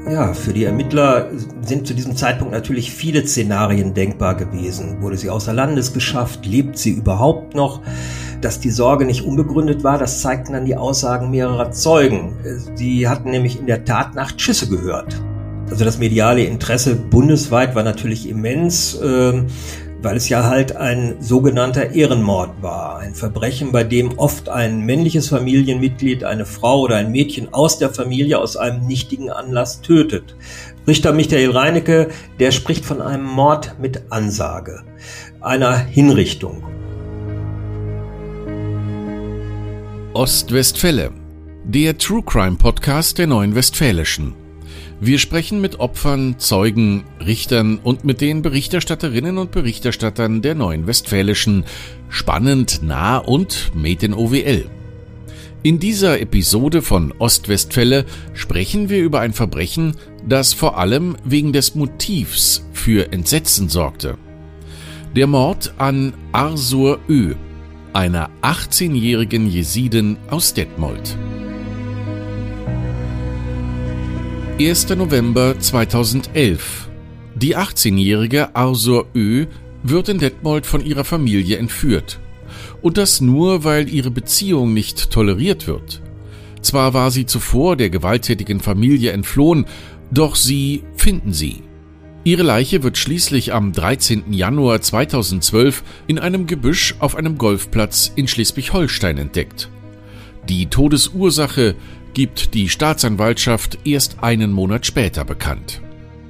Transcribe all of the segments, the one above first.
Ja, für die Ermittler sind zu diesem Zeitpunkt natürlich viele Szenarien denkbar gewesen. Wurde sie außer Landes geschafft? Lebt sie überhaupt noch? Dass die Sorge nicht unbegründet war, das zeigten dann die Aussagen mehrerer Zeugen. Sie hatten nämlich in der Tatnacht Schüsse gehört. Also das mediale Interesse bundesweit war natürlich immens, weil es ja halt ein sogenannter Ehrenmord war. Ein Verbrechen, bei dem oft ein männliches Familienmitglied eine Frau oder ein Mädchen aus der Familie aus einem nichtigen Anlass tötet. Richter Michael Reinecke, der spricht von einem Mord mit Ansage, einer Hinrichtung. Ostwestfälle, der True Crime Podcast der Neuen Westfälischen. Wir sprechen mit Opfern, Zeugen, Richtern und mit den Berichterstatterinnen und Berichterstattern der Neuen Westfälischen. Spannend, nah und made in OWL. In dieser Episode von Ostwestfälle sprechen wir über ein Verbrechen, das vor allem wegen des Motivs für Entsetzen sorgte. Der Mord an Arsur Ö, einer 18-jährigen Jesidin aus Detmold. 1. November 2011. Die 18-jährige Arsur Ö wird in Detmold von ihrer Familie entführt. Und das nur, weil ihre Beziehung nicht toleriert wird. Zwar war sie zuvor der gewalttätigen Familie entflohen, doch sie finden sie. Ihre Leiche wird schließlich am 13. Januar 2012 in einem Gebüsch auf einem Golfplatz in Schleswig-Holstein entdeckt. Die Todesursache gibt die Staatsanwaltschaft erst einen Monat später bekannt.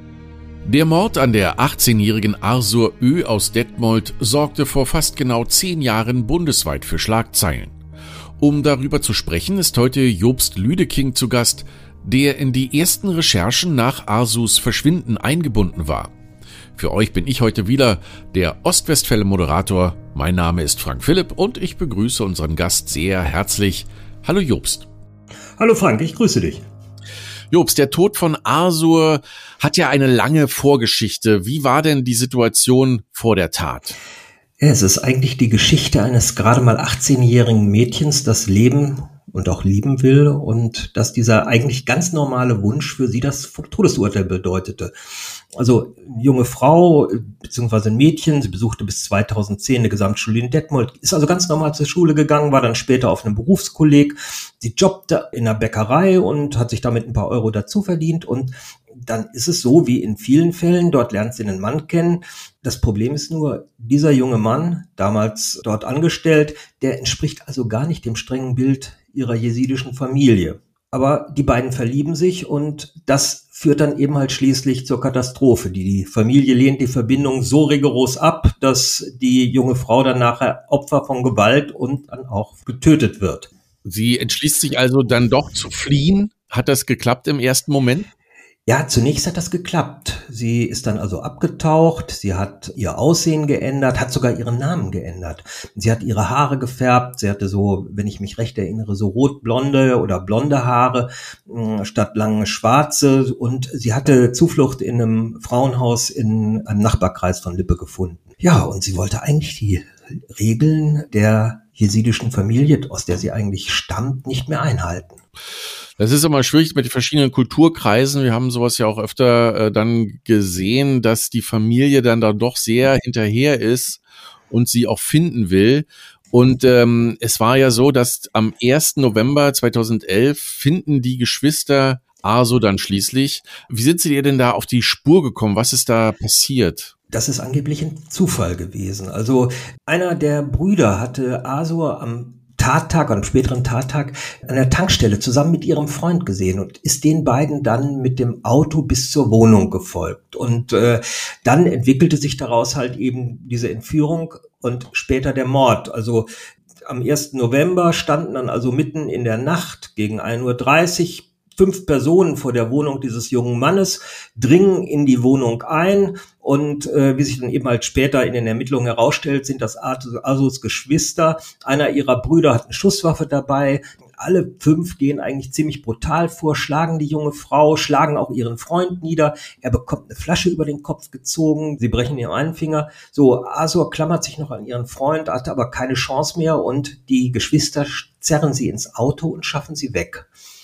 Der Mord an der 18-jährigen Arsur Ö aus Detmold sorgte vor fast genau 10 Jahren bundesweit für Schlagzeilen. Um darüber zu sprechen, ist heute Jobst Lüdeking zu Gast, der in die ersten Recherchen nach Arsus Verschwinden eingebunden war. Für euch bin ich heute wieder der Ostwestfälle-Moderator. Mein Name ist Frank Philipp und ich begrüße unseren Gast sehr herzlich. Hallo Jobst. Hallo Frank, ich grüße dich. Jobst, der Tod von Arsur hat ja eine lange Vorgeschichte. Wie war denn die Situation vor der Tat? Ja, es ist eigentlich die Geschichte eines gerade mal 18-jährigen Mädchens, das leben und auch lieben will und dass dieser eigentlich ganz normale Wunsch für sie das Todesurteil bedeutete. Also eine junge Frau beziehungsweise ein Mädchen, sie besuchte bis 2010 eine Gesamtschule in Detmold, ist also ganz normal zur Schule gegangen, war dann später auf einem Berufskolleg, sie jobbte in einer Bäckerei und hat sich damit ein paar Euro dazu verdient und dann ist es so wie in vielen Fällen, dort lernt sie einen Mann kennen. Das Problem ist nur, dieser junge Mann, damals dort angestellt, der entspricht also gar nicht dem strengen Bild ihrer jesidischen Familie. Aber die beiden verlieben sich und das führt dann eben halt schließlich zur Katastrophe. Die Familie lehnt die Verbindung so rigoros ab, dass die junge Frau dann nachher Opfer von Gewalt und dann auch getötet wird. Sie entschließt sich also dann doch zu fliehen. Hat das geklappt im ersten Moment? Ja, zunächst hat das geklappt. Sie ist dann also abgetaucht, sie hat ihr Aussehen geändert, hat sogar ihren Namen geändert. Sie hat ihre Haare gefärbt, sie hatte so, wenn ich mich recht erinnere, so rotblonde oder blonde Haare statt lange schwarze und sie hatte Zuflucht in einem Frauenhaus in einem Nachbarkreis von Lippe gefunden. Ja, und sie wollte eigentlich die Regeln der jesidischen Familie, aus der sie eigentlich stammt, nicht mehr einhalten. Das ist immer schwierig mit den verschiedenen Kulturkreisen. Wir haben sowas ja auch öfter dann gesehen, dass die Familie dann da doch sehr hinterher ist und sie auch finden will. Und es war ja so, dass am 1. November 2011 finden die Geschwister Arsur dann schließlich. Wie sind sie ihr denn da auf die Spur gekommen? Was ist da passiert? Das ist angeblich ein Zufall gewesen. Also einer der Brüder hatte Arsur am am späteren Tattag an der Tankstelle zusammen mit ihrem Freund gesehen und ist den beiden dann mit dem Auto bis zur Wohnung gefolgt. Und dann entwickelte sich daraus halt eben diese Entführung und später der Mord. Also am 1. November standen dann also mitten in der Nacht gegen 1:30 Uhr 5 Personen vor der Wohnung dieses jungen Mannes, dringen in die Wohnung ein und wie sich dann eben halt später in den Ermittlungen herausstellt, sind das Arsurs Geschwister. Einer ihrer Brüder hat eine Schusswaffe dabei. Alle 5 gehen eigentlich ziemlich brutal vor, schlagen die junge Frau, schlagen auch ihren Freund nieder. Er bekommt eine Flasche über den Kopf gezogen, sie brechen ihm einen Finger. So, Arsur klammert sich noch an ihren Freund, hat aber keine Chance mehr und die Geschwister zerren sie ins Auto und schaffen sie weg.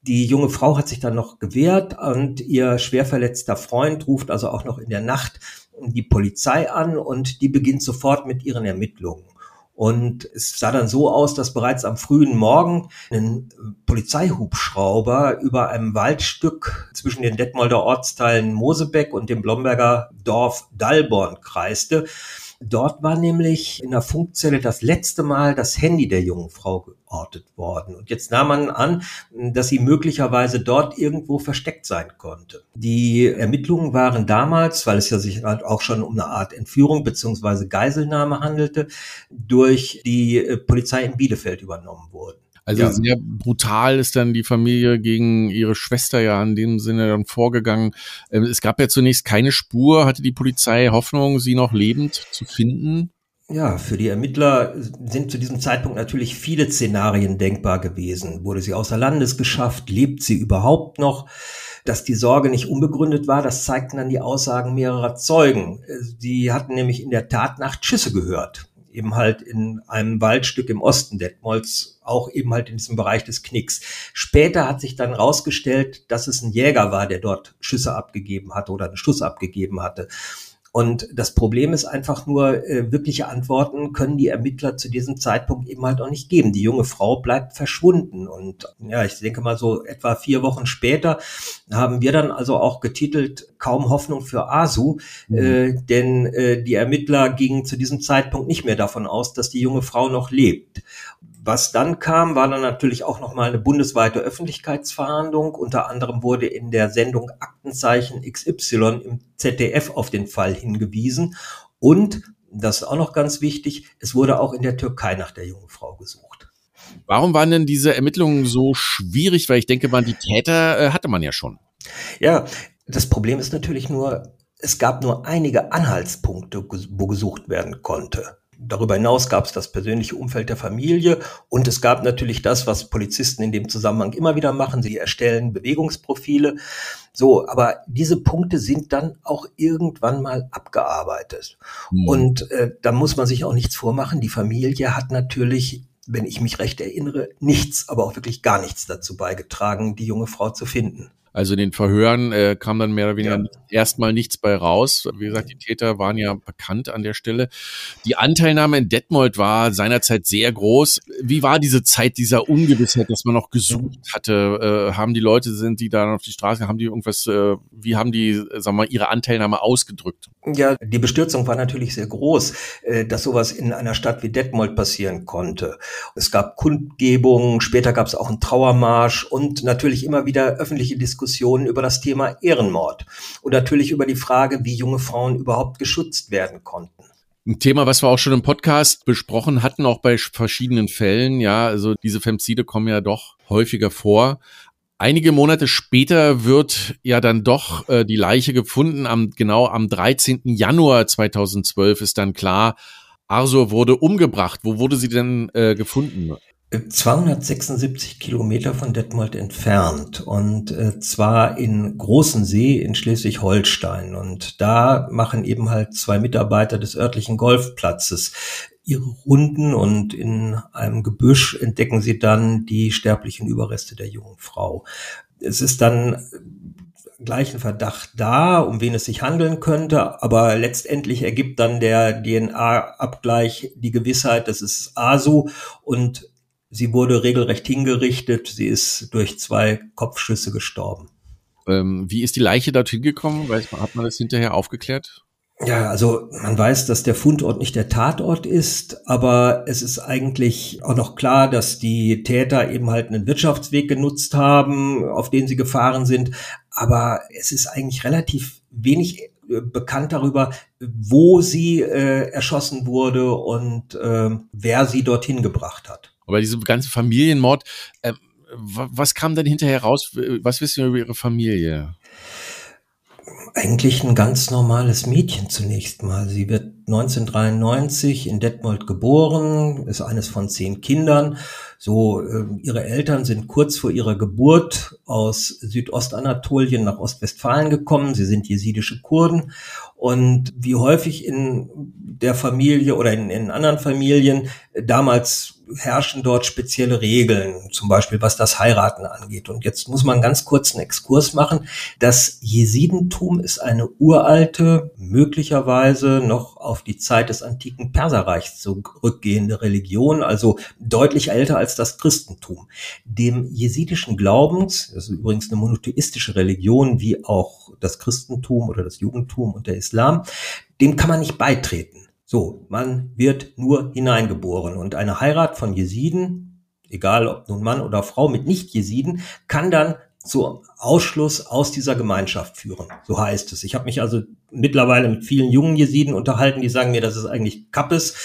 Die junge Frau hat sich dann noch gewehrt und ihr schwer verletzter Freund ruft also auch noch in der Nacht die Polizei an und die beginnt sofort mit ihren Ermittlungen. Und es sah dann so aus, dass bereits am frühen Morgen ein Polizeihubschrauber über einem Waldstück zwischen den Detmolder Ortsteilen Mosebeck und dem Blomberger Dorf Dallborn kreiste. Dort war nämlich in der Funkzelle das letzte Mal das Handy der jungen Frau geortet worden. Und jetzt nahm man an, dass sie möglicherweise dort irgendwo versteckt sein konnte. Die Ermittlungen waren damals, weil es ja sich halt auch schon um eine Art Entführung bzw. Geiselnahme handelte, durch die Polizei in Bielefeld übernommen worden. Also sehr brutal ist dann die Familie gegen ihre Schwester ja in dem Sinne dann vorgegangen. Es gab ja zunächst keine Spur. Hatte die Polizei Hoffnung, sie noch lebend zu finden? Ja, für die Ermittler sind zu diesem Zeitpunkt natürlich viele Szenarien denkbar gewesen. Wurde sie außer Landes geschafft? Lebt sie überhaupt noch? Dass die Sorge nicht unbegründet war, das zeigten dann die Aussagen mehrerer Zeugen. Sie hatten nämlich in der Tatnacht Schüsse gehört. Eben halt in einem Waldstück im Osten Detmolds, auch eben halt in diesem Bereich des Knicks. Später hat sich dann rausgestellt, dass es ein Jäger war, der dort Schüsse abgegeben hatte oder einen Schuss abgegeben hatte. Und das Problem ist einfach nur, wirkliche Antworten können die Ermittler zu diesem Zeitpunkt eben halt auch nicht geben. Die junge Frau bleibt verschwunden. Und ja, ich denke mal so etwa 4 Wochen später haben wir dann also auch getitelt, kaum Hoffnung für Asu, denn die Ermittler gingen zu diesem Zeitpunkt nicht mehr davon aus, dass die junge Frau noch lebt. Was dann kam, war dann natürlich auch nochmal eine bundesweite Öffentlichkeitsverhandlung. Unter anderem wurde in der Sendung Aktenzeichen XY im ZDF auf den Fall hingewiesen. Und, das ist auch noch ganz wichtig, es wurde auch in der Türkei nach der jungen Frau gesucht. Warum waren denn diese Ermittlungen so schwierig? Weil ich denke mal, die Täter hatte man ja schon. Ja, das Problem ist natürlich nur, es gab nur einige Anhaltspunkte, wo gesucht werden konnte. Darüber hinaus gab es das persönliche Umfeld der Familie und es gab natürlich das, was Polizisten in dem Zusammenhang immer wieder machen. Sie erstellen Bewegungsprofile. So, aber diese Punkte sind dann auch irgendwann mal abgearbeitet. Und da muss man sich auch nichts vormachen. Die Familie hat natürlich, wenn ich mich recht erinnere, nichts, aber auch wirklich gar nichts dazu beigetragen, die junge Frau zu finden. Also in den Verhören kam dann mehr oder weniger erstmal nichts bei raus. Wie gesagt, die Täter waren ja bekannt an der Stelle. Die Anteilnahme in Detmold war seinerzeit sehr groß. Wie war diese Zeit dieser Ungewissheit, dass man noch gesucht hatte? Sind die da auf die Straße, haben die irgendwas, wie haben die, sagen wir mal, ihre Anteilnahme ausgedrückt? Ja, die Bestürzung war natürlich sehr groß, dass sowas in einer Stadt wie Detmold passieren konnte. Es gab Kundgebungen, später gab es auch einen Trauermarsch und natürlich immer wieder öffentliche Diskussionen über das Thema Ehrenmord und natürlich über die Frage, wie junge Frauen überhaupt geschützt werden konnten. Ein Thema, was wir auch schon im Podcast besprochen hatten, auch bei verschiedenen Fällen. Ja, also diese Femizide kommen ja doch häufiger vor. Einige Monate später wird ja dann doch die Leiche gefunden. Am 13. Januar 2012 ist dann klar, Arsur wurde umgebracht. Wo wurde sie denn gefunden? 276 Kilometer von Detmold entfernt und zwar in Großensee in Schleswig-Holstein. Und da machen eben halt 2 Mitarbeiter des örtlichen Golfplatzes ihre Runden und in einem Gebüsch entdecken sie dann die sterblichen Überreste der jungen Frau. Es ist dann gleich ein Verdacht da, um wen es sich handeln könnte, aber letztendlich ergibt dann der DNA-Abgleich die Gewissheit, das ist Asu und sie wurde regelrecht hingerichtet. Sie ist durch 2 Kopfschüsse gestorben. Wie ist die Leiche dorthin gekommen? Hat man das hinterher aufgeklärt? Ja, also man weiß, dass der Fundort nicht der Tatort ist, aber es ist eigentlich auch noch klar, dass die Täter eben halt einen Wirtschaftsweg genutzt haben, auf den sie gefahren sind. Aber es ist eigentlich relativ wenig bekannt darüber, wo sie erschossen wurde und wer sie dorthin gebracht hat. Aber diese ganze Familienmord, was kam denn hinterher raus? Was wissen wir über ihre Familie? Eigentlich ein ganz normales Mädchen zunächst mal. Sie wird 1993 in Detmold geboren, ist eines von 10 Kindern. So, ihre Eltern sind kurz vor ihrer Geburt aus Südostanatolien nach Ostwestfalen gekommen. Sie sind jesidische Kurden Und wie häufig in der Familie oder in anderen Familien, damals herrschen dort spezielle Regeln, zum Beispiel was das Heiraten angeht. Und jetzt muss man ganz kurz einen Exkurs machen. Das Jesidentum ist eine uralte, möglicherweise noch auf die Zeit des antiken Perserreichs zurückgehende Religion, also deutlich älter als das Christentum. Dem jesidischen Glaubens, das ist übrigens eine monotheistische Religion, wie auch das Christentum oder das Judentum und der Islam, dem kann man nicht beitreten. So, man wird nur hineingeboren und eine Heirat von Jesiden, egal ob nun Mann oder Frau mit Nicht-Jesiden, kann dann zum Ausschluss aus dieser Gemeinschaft führen. So heißt es. Ich habe mich also mittlerweile mit vielen jungen Jesiden unterhalten, die sagen mir, das ist eigentlich Kappes.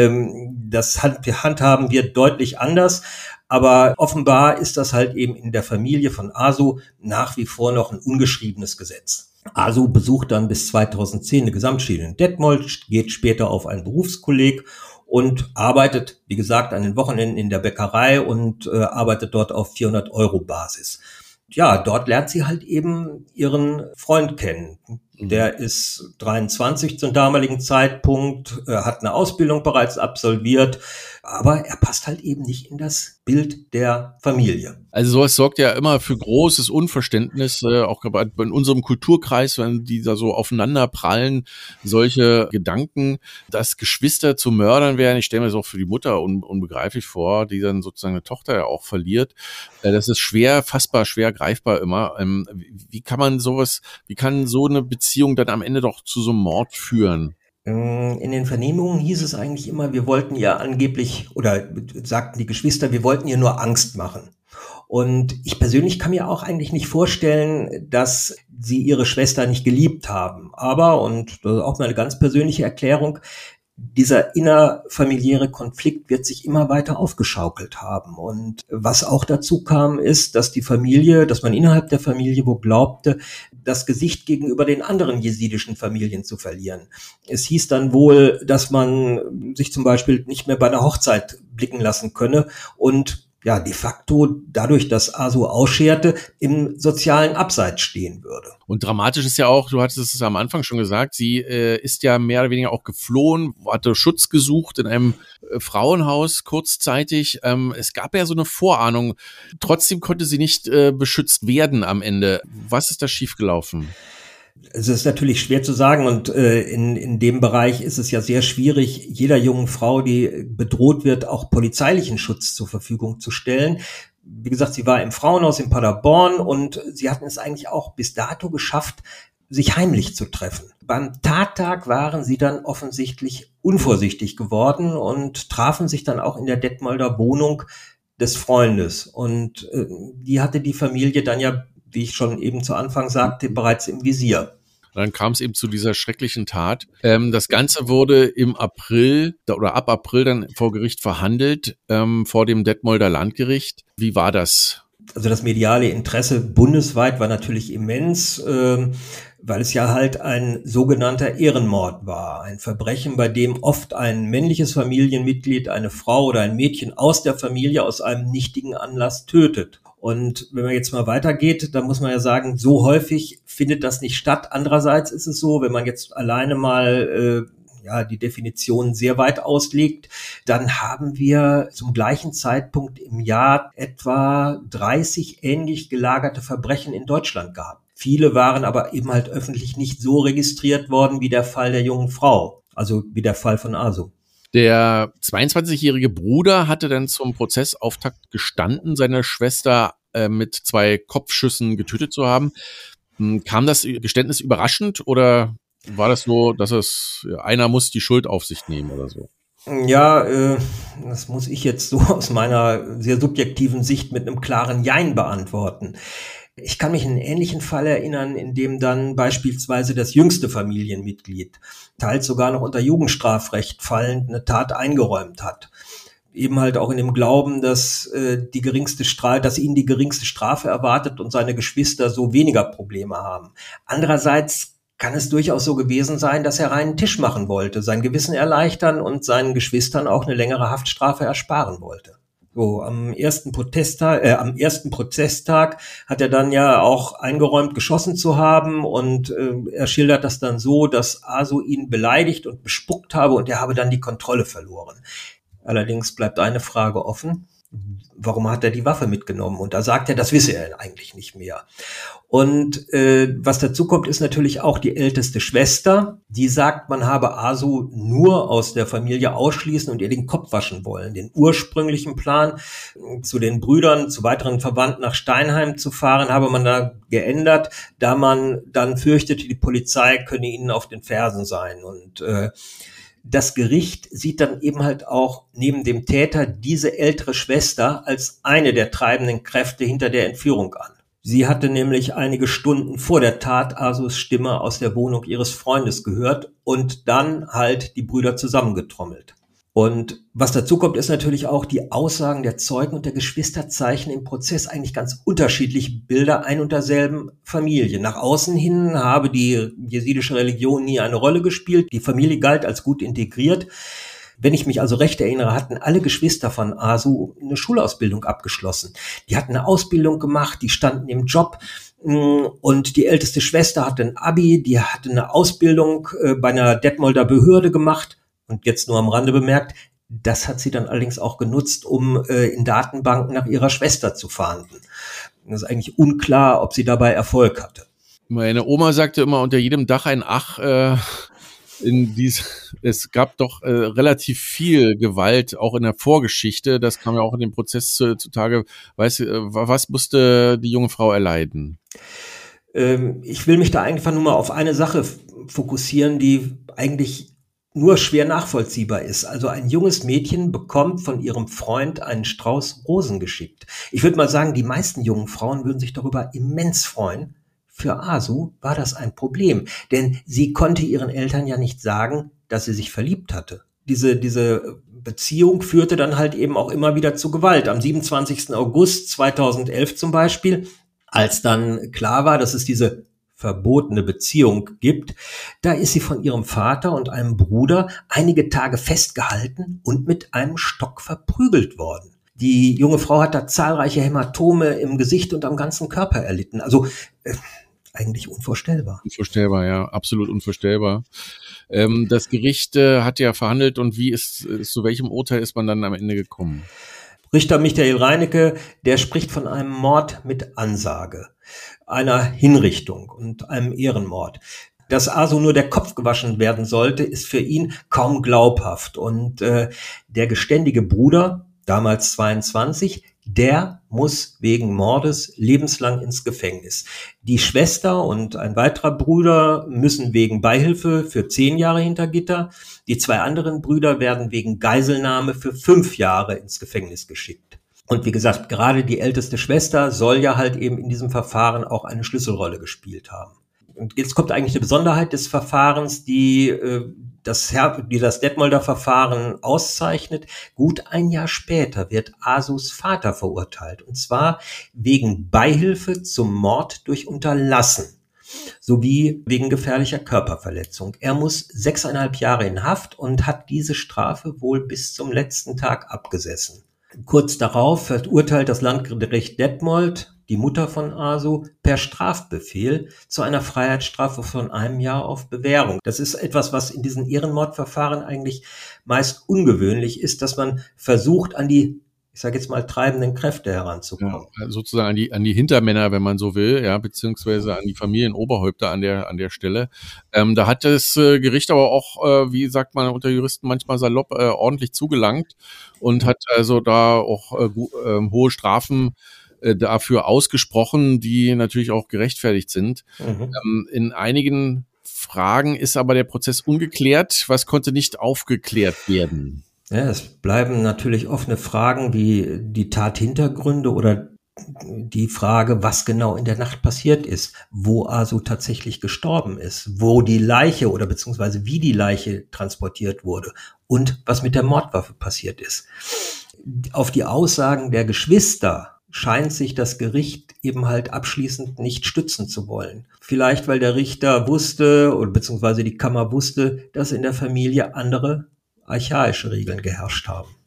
Das handhaben wir deutlich anders. Aber offenbar ist das halt eben in der Familie von Asu nach wie vor noch ein ungeschriebenes Gesetz. Asu besucht dann bis 2010 eine Gesamtschule in Detmold, geht später auf ein Berufskolleg und arbeitet, wie gesagt, an den Wochenenden in der Bäckerei und arbeitet dort auf 400-Euro-Basis. Ja, dort lernt sie halt eben ihren Freund kennen. Der ist 23 zum damaligen Zeitpunkt, hat eine Ausbildung bereits absolviert, aber er passt halt eben nicht in das Bild der Familie. Also sowas sorgt ja immer für großes Unverständnis, auch in unserem Kulturkreis, wenn die da so aufeinander prallen, solche Gedanken, dass Geschwister zu Mördern wären. Ich stelle mir das auch für die Mutter unbegreiflich vor, die dann sozusagen eine Tochter ja auch verliert. Das ist schwer fassbar, schwer greifbar immer. Wie kann so eine Beziehung dann am Ende doch zu so einem Mord führen? In den Vernehmungen hieß es eigentlich immer, wir wollten ihr angeblich, oder sagten die Geschwister, wir wollten ihr nur Angst machen. Und ich persönlich kann mir auch eigentlich nicht vorstellen, dass sie ihre Schwester nicht geliebt haben. Aber, und das ist auch meine ganz persönliche Erklärung, dieser innerfamiliäre Konflikt wird sich immer weiter aufgeschaukelt haben. Und was auch dazu kam, ist, dass man innerhalb der Familie wohl glaubte, das Gesicht gegenüber den anderen jesidischen Familien zu verlieren. Es hieß dann wohl, dass man sich zum Beispiel nicht mehr bei einer Hochzeit blicken lassen könne und ja, de facto dadurch, dass Asu ausscherte, im sozialen Abseits stehen würde. Und dramatisch ist ja auch, du hattest es am Anfang schon gesagt, sie ist ja mehr oder weniger auch geflohen, hatte Schutz gesucht in einem Frauenhaus kurzzeitig. Es gab ja so eine Vorahnung. Trotzdem konnte sie nicht beschützt werden am Ende. Was ist da schiefgelaufen? Es ist natürlich schwer zu sagen und in dem Bereich ist es ja sehr schwierig, jeder jungen Frau, die bedroht wird, auch polizeilichen Schutz zur Verfügung zu stellen. Wie gesagt, sie war im Frauenhaus in Paderborn und sie hatten es eigentlich auch bis dato geschafft, sich heimlich zu treffen. Beim Tattag waren sie dann offensichtlich unvorsichtig geworden und trafen sich dann auch in der Detmolder Wohnung des Freundes. Und die hatte die Familie dann ja, wie ich schon eben zu Anfang sagte, bereits im Visier. Dann kam es eben zu dieser schrecklichen Tat. Das Ganze wurde im April oder ab April dann vor Gericht verhandelt, vor dem Detmolder Landgericht. Wie war das? Also das mediale Interesse bundesweit war natürlich immens, weil es ja halt ein sogenannter Ehrenmord war. Ein Verbrechen, bei dem oft ein männliches Familienmitglied eine Frau oder ein Mädchen aus der Familie aus einem nichtigen Anlass tötet. Und wenn man jetzt mal weitergeht, dann muss man ja sagen, so häufig findet das nicht statt. Andererseits ist es so, wenn man jetzt alleine mal die Definition sehr weit auslegt, dann haben wir zum gleichen Zeitpunkt im Jahr etwa 30 ähnlich gelagerte Verbrechen in Deutschland gehabt. Viele waren aber eben halt öffentlich nicht so registriert worden wie der Fall der jungen Frau, also wie der Fall von Asu. Der 22-jährige Bruder hatte dann zum Prozessauftakt gestanden, seine Schwester mit 2 Kopfschüssen getötet zu haben. Kam das Geständnis überraschend oder war das so, dass einer muss die Schuld auf sich nehmen oder so? Ja, das muss ich jetzt so aus meiner sehr subjektiven Sicht mit einem klaren Jein beantworten. Ich kann mich an einen ähnlichen Fall erinnern, in dem dann beispielsweise das jüngste Familienmitglied, teils sogar noch unter Jugendstrafrecht fallend, eine Tat eingeräumt hat. Eben halt auch in dem Glauben, dass ihn die geringste Strafe erwartet und seine Geschwister so weniger Probleme haben. Andererseits kann es durchaus so gewesen sein, dass er reinen Tisch machen wollte, sein Gewissen erleichtern und seinen Geschwistern auch eine längere Haftstrafe ersparen wollte. So, am ersten Prozesstag hat er dann ja auch eingeräumt, geschossen zu haben, und er schildert das dann so, dass Asu ihn beleidigt und bespuckt habe und er habe dann die Kontrolle verloren. Allerdings bleibt eine Frage offen: Warum hat er die Waffe mitgenommen? Und da sagt er, das wisse er eigentlich nicht mehr. Und was dazu kommt, ist natürlich auch die älteste Schwester. Die sagt, man habe Asu nur aus der Familie ausschließen und ihr den Kopf waschen wollen. Den ursprünglichen Plan, zu den Brüdern, zu weiteren Verwandten nach Steinheim zu fahren, habe man da geändert, da man dann fürchtete, die Polizei könne ihnen auf den Fersen sein. Und das Gericht sieht dann eben halt auch neben dem Täter diese ältere Schwester als eine der treibenden Kräfte hinter der Entführung an. Sie hatte nämlich einige Stunden vor der Tat Asus Stimme aus der Wohnung ihres Freundes gehört und dann halt die Brüder zusammengetrommelt. Und was dazu kommt, ist natürlich auch, die Aussagen der Zeugen und der Geschwister zeichnen im Prozess eigentlich ganz unterschiedliche Bilder ein und derselben Familie. Nach außen hin habe die jesidische Religion nie eine Rolle gespielt. Die Familie galt als gut integriert. Wenn ich mich also recht erinnere, hatten alle Geschwister von Asu eine Schulausbildung abgeschlossen. Die hatten eine Ausbildung gemacht, die standen im Job, und die älteste Schwester hatte ein Abi, die hatte eine Ausbildung bei einer Detmolder Behörde gemacht. Und jetzt nur am Rande bemerkt, das hat sie dann allerdings auch genutzt, um in Datenbanken nach ihrer Schwester zu fahnden. Das ist eigentlich unklar, ob sie dabei Erfolg hatte. Meine Oma sagte immer, unter jedem Dach ein Ach. Es gab doch relativ viel Gewalt, auch in der Vorgeschichte. Das kam ja auch in dem Prozess zutage. Was musste die junge Frau erleiden? Ich will mich da einfach nur mal auf eine Sache fokussieren, die eigentlich nur schwer nachvollziehbar ist. Also ein junges Mädchen bekommt von ihrem Freund einen Strauß Rosen geschickt. Ich würde mal sagen, die meisten jungen Frauen würden sich darüber immens freuen. Für Asu war das ein Problem, denn sie konnte ihren Eltern ja nicht sagen, dass sie sich verliebt hatte. Diese Beziehung führte dann halt eben auch immer wieder zu Gewalt. Am 27. August 2011 zum Beispiel, als dann klar war, dass es diese verbotene Beziehung gibt, da ist sie von ihrem Vater und einem Bruder einige Tage festgehalten und mit einem Stock verprügelt worden. Die junge Frau hat da zahlreiche Hämatome im Gesicht und am ganzen Körper erlitten. Also eigentlich unvorstellbar. Unvorstellbar, ja, absolut unvorstellbar. Das Gericht hat ja verhandelt, und zu welchem Urteil ist man dann am Ende gekommen? Richter Michael Reinecke, der spricht von einem Mord mit Ansage, einer Hinrichtung und einem Ehrenmord. Dass Asu nur der Kopf gewaschen werden sollte, ist für ihn kaum glaubhaft. Und der geständige Bruder, damals 22, der muss wegen Mordes lebenslang ins Gefängnis. Die Schwester und ein weiterer Bruder müssen wegen Beihilfe für 10 Jahre hinter Gitter. Die 2 anderen Brüder werden wegen Geiselnahme für 5 Jahre ins Gefängnis geschickt. Und wie gesagt, gerade die älteste Schwester soll ja halt eben in diesem Verfahren auch eine Schlüsselrolle gespielt haben. Und jetzt kommt eigentlich eine Besonderheit des Verfahrens, die das Detmolder Verfahren auszeichnet. Gut ein Jahr später wird Asus Vater verurteilt, und zwar wegen Beihilfe zum Mord durch Unterlassen sowie wegen gefährlicher Körperverletzung. Er muss 6,5 Jahre in Haft und hat diese Strafe wohl bis zum letzten Tag abgesessen. Kurz darauf verurteilt das Landgericht Detmold die Mutter von Asu per Strafbefehl zu einer Freiheitsstrafe von 1 Jahr auf Bewährung. Das ist etwas, was in diesen Ehrenmordverfahren eigentlich meist ungewöhnlich ist, dass man versucht, an die, ich sage jetzt mal, treibenden Kräfte heranzukommen. Ja, sozusagen an die Hintermänner, wenn man so will, ja, beziehungsweise an die Familienoberhäupter an der Stelle. Da hat das Gericht aber auch, wie sagt man unter Juristen manchmal salopp, ordentlich zugelangt und hat also da auch hohe Strafen dafür ausgesprochen, die natürlich auch gerechtfertigt sind. In einigen Fragen ist aber der Prozess ungeklärt. Was konnte nicht aufgeklärt werden? Ja, es bleiben natürlich offene Fragen wie die Tathintergründe oder die Frage, was genau in der Nacht passiert ist, wo Asu tatsächlich gestorben ist, wo die Leiche oder beziehungsweise wie die Leiche transportiert wurde und was mit der Mordwaffe passiert ist. Auf die Aussagen der Geschwister scheint sich das Gericht eben halt abschließend nicht stützen zu wollen. Vielleicht, weil der Richter wusste oder beziehungsweise die Kammer wusste, dass in der Familie andere archaische Regeln geherrscht haben.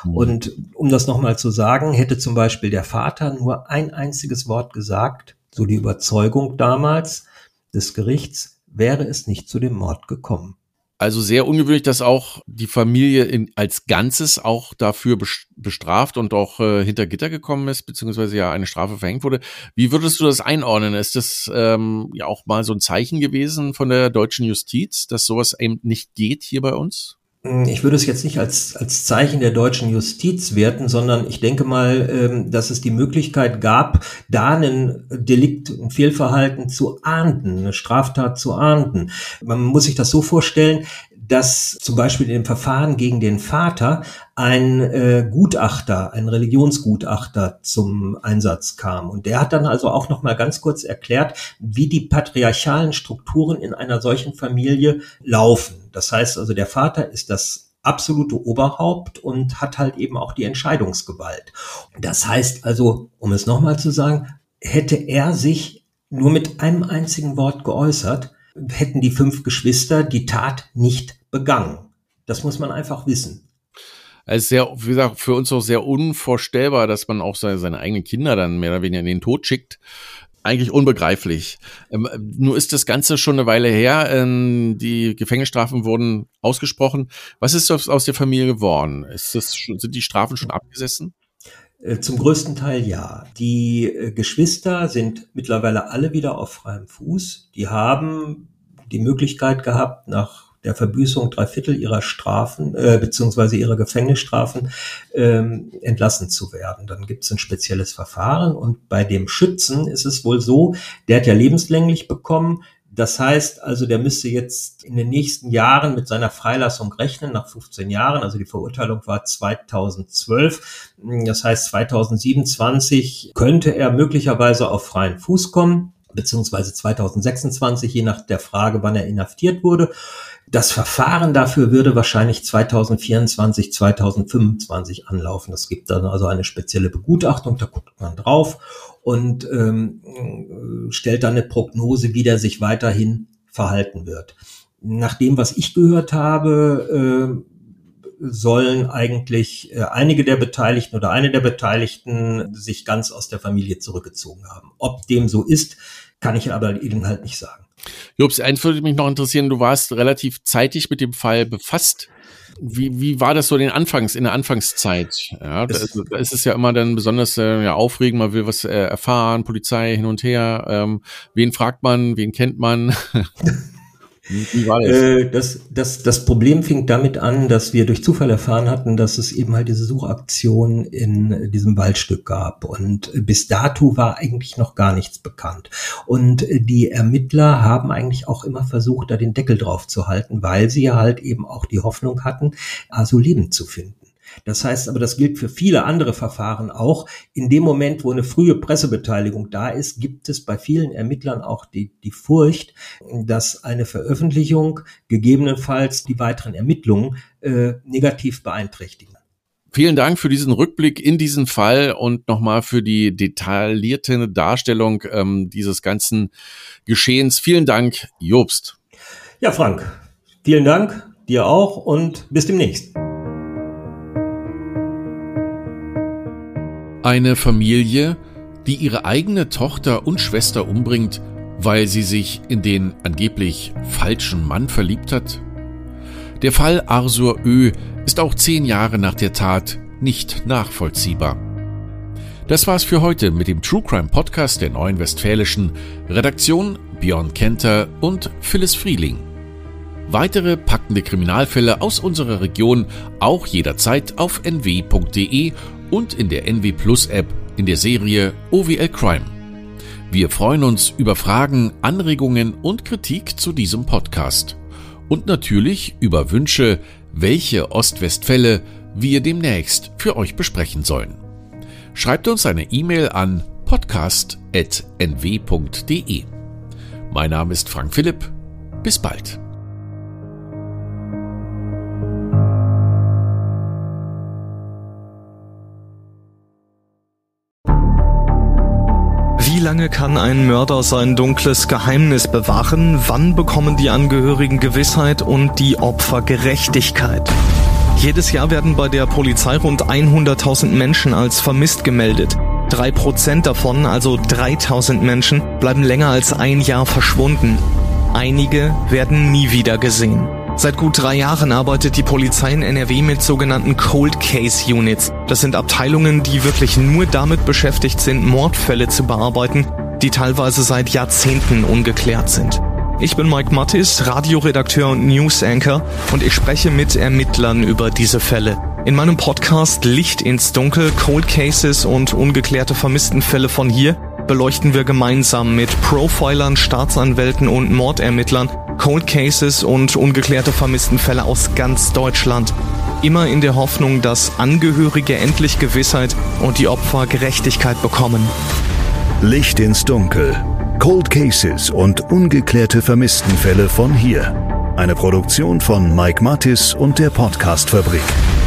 Und um das nochmal zu sagen, hätte zum Beispiel der Vater nur ein einziges Wort gesagt, so die Überzeugung damals des Gerichts, wäre es nicht zu dem Mord gekommen. Also sehr ungewöhnlich, dass auch die Familie als Ganzes auch dafür bestraft und auch hinter Gitter gekommen ist, beziehungsweise ja eine Strafe verhängt wurde. Wie würdest du das einordnen? Ist das ja auch mal so ein Zeichen gewesen von der deutschen Justiz, dass sowas eben nicht geht hier bei uns? Ich würde es jetzt nicht als Zeichen der deutschen Justiz werten, sondern ich denke mal, dass es die Möglichkeit gab, da einen Delikt, ein Fehlverhalten zu ahnden, eine Straftat zu ahnden. Man muss sich das so vorstellen, dass zum Beispiel in dem Verfahren gegen den Vater ein Gutachter, ein Religionsgutachter zum Einsatz kam. Und der hat dann also auch noch mal ganz kurz erklärt, wie die patriarchalen Strukturen in einer solchen Familie laufen. Das heißt also, der Vater ist das absolute Oberhaupt und hat halt eben auch die Entscheidungsgewalt. Das heißt also, um es nochmal zu sagen, hätte er sich nur mit einem einzigen Wort geäußert, hätten die 5 Geschwister die Tat nicht begangen. Das muss man einfach wissen. Es ist sehr, wie gesagt, für uns auch sehr unvorstellbar, dass man auch seine eigenen Kinder dann mehr oder weniger in den Tod schickt. Eigentlich unbegreiflich. Nur ist das Ganze schon eine Weile her. Die Gefängnisstrafen wurden ausgesprochen. Was ist aus der Familie geworden? Sind die Strafen schon abgesessen? Zum größten Teil ja. Die Geschwister sind mittlerweile alle wieder auf freiem Fuß. Die haben die Möglichkeit gehabt, nach der Verbüßung 3/4 ihrer Strafen beziehungsweise ihrer Gefängnisstrafen entlassen zu werden. Dann gibt es ein spezielles Verfahren und bei dem Schützen ist es wohl so, der hat ja lebenslänglich bekommen. Das heißt also, der müsste jetzt in den nächsten Jahren mit seiner Freilassung rechnen, nach 15 Jahren. Also die Verurteilung war 2012. Das heißt, 2027 könnte er möglicherweise auf freien Fuß kommen, beziehungsweise 2026, je nach der Frage, wann er inhaftiert wurde. Das Verfahren dafür würde wahrscheinlich 2024, 2025 anlaufen. Es gibt dann also eine spezielle Begutachtung, da guckt man drauf und stellt dann eine Prognose, wie der sich weiterhin verhalten wird. Nach dem, was ich gehört habe, sollen eigentlich einige der Beteiligten oder eine der Beteiligten sich ganz aus der Familie zurückgezogen haben. Ob dem so ist, kann ich aber Ihnen halt nicht sagen. Jobs, eins würde mich noch interessieren, du warst relativ zeitig mit dem Fall befasst. Wie war das so in der Anfangszeit? Ja, da ist es ja immer dann besonders aufregend, man will was erfahren, Polizei hin und her. Wen fragt man, wen kennt man? Wie war das? Das Problem fing damit an, dass wir durch Zufall erfahren hatten, dass es eben halt diese Suchaktion in diesem Waldstück gab. Und bis dato war eigentlich noch gar nichts bekannt. Und die Ermittler haben eigentlich auch immer versucht, da den Deckel drauf zu halten, weil sie ja halt eben auch die Hoffnung hatten, also Leben zu finden. Das heißt aber, das gilt für viele andere Verfahren auch. In dem Moment, wo eine frühe Pressebeteiligung da ist, gibt es bei vielen Ermittlern auch die Furcht, dass eine Veröffentlichung gegebenenfalls die weiteren Ermittlungen negativ beeinträchtigen. Vielen Dank für diesen Rückblick in diesen Fall und nochmal für die detaillierte Darstellung dieses ganzen Geschehens. Vielen Dank, Jobst. Ja, Frank, vielen Dank, dir auch und bis demnächst. Eine Familie, die ihre eigene Tochter und Schwester umbringt, weil sie sich in den angeblich falschen Mann verliebt hat? Der Fall Arsur Ö ist auch 10 Jahre nach der Tat nicht nachvollziehbar. Das war's für heute mit dem True Crime Podcast der Neuen Westfälischen. Redaktion Björn Kenter und Phyllis Frieling. Weitere packende Kriminalfälle aus unserer Region auch jederzeit auf nw.de und in der NW Plus App in der Serie OWL Crime. Wir freuen uns über Fragen, Anregungen und Kritik zu diesem Podcast. Und natürlich über Wünsche, welche Ostwestfälle wir demnächst für euch besprechen sollen. Schreibt uns eine E-Mail an podcast@nw.de. Mein Name ist Frank Philipp. Bis bald. Wie lange kann ein Mörder sein dunkles Geheimnis bewahren? Wann bekommen die Angehörigen Gewissheit und die Opfer Gerechtigkeit? Jedes Jahr werden bei der Polizei rund 100.000 Menschen als vermisst gemeldet. 3% davon, also 3.000 Menschen, bleiben länger als ein Jahr verschwunden. Einige werden nie wieder gesehen. Seit gut 3 Jahren arbeitet die Polizei in NRW mit sogenannten Cold Case Units. Das sind Abteilungen, die wirklich nur damit beschäftigt sind, Mordfälle zu bearbeiten, die teilweise seit Jahrzehnten ungeklärt sind. Ich bin Mike Mattis, Radioredakteur und News-Anchor, und ich spreche mit Ermittlern über diese Fälle. In meinem Podcast Licht ins Dunkel, Cold Cases und ungeklärte Vermisstenfälle von hier beleuchten wir gemeinsam mit Profilern, Staatsanwälten und Mordermittlern Cold Cases und ungeklärte Vermisstenfälle aus ganz Deutschland. Immer in der Hoffnung, dass Angehörige endlich Gewissheit und die Opfer Gerechtigkeit bekommen. Licht ins Dunkel. Cold Cases und ungeklärte Vermisstenfälle von hier. Eine Produktion von Mike Mattis und der Podcast-Fabrik.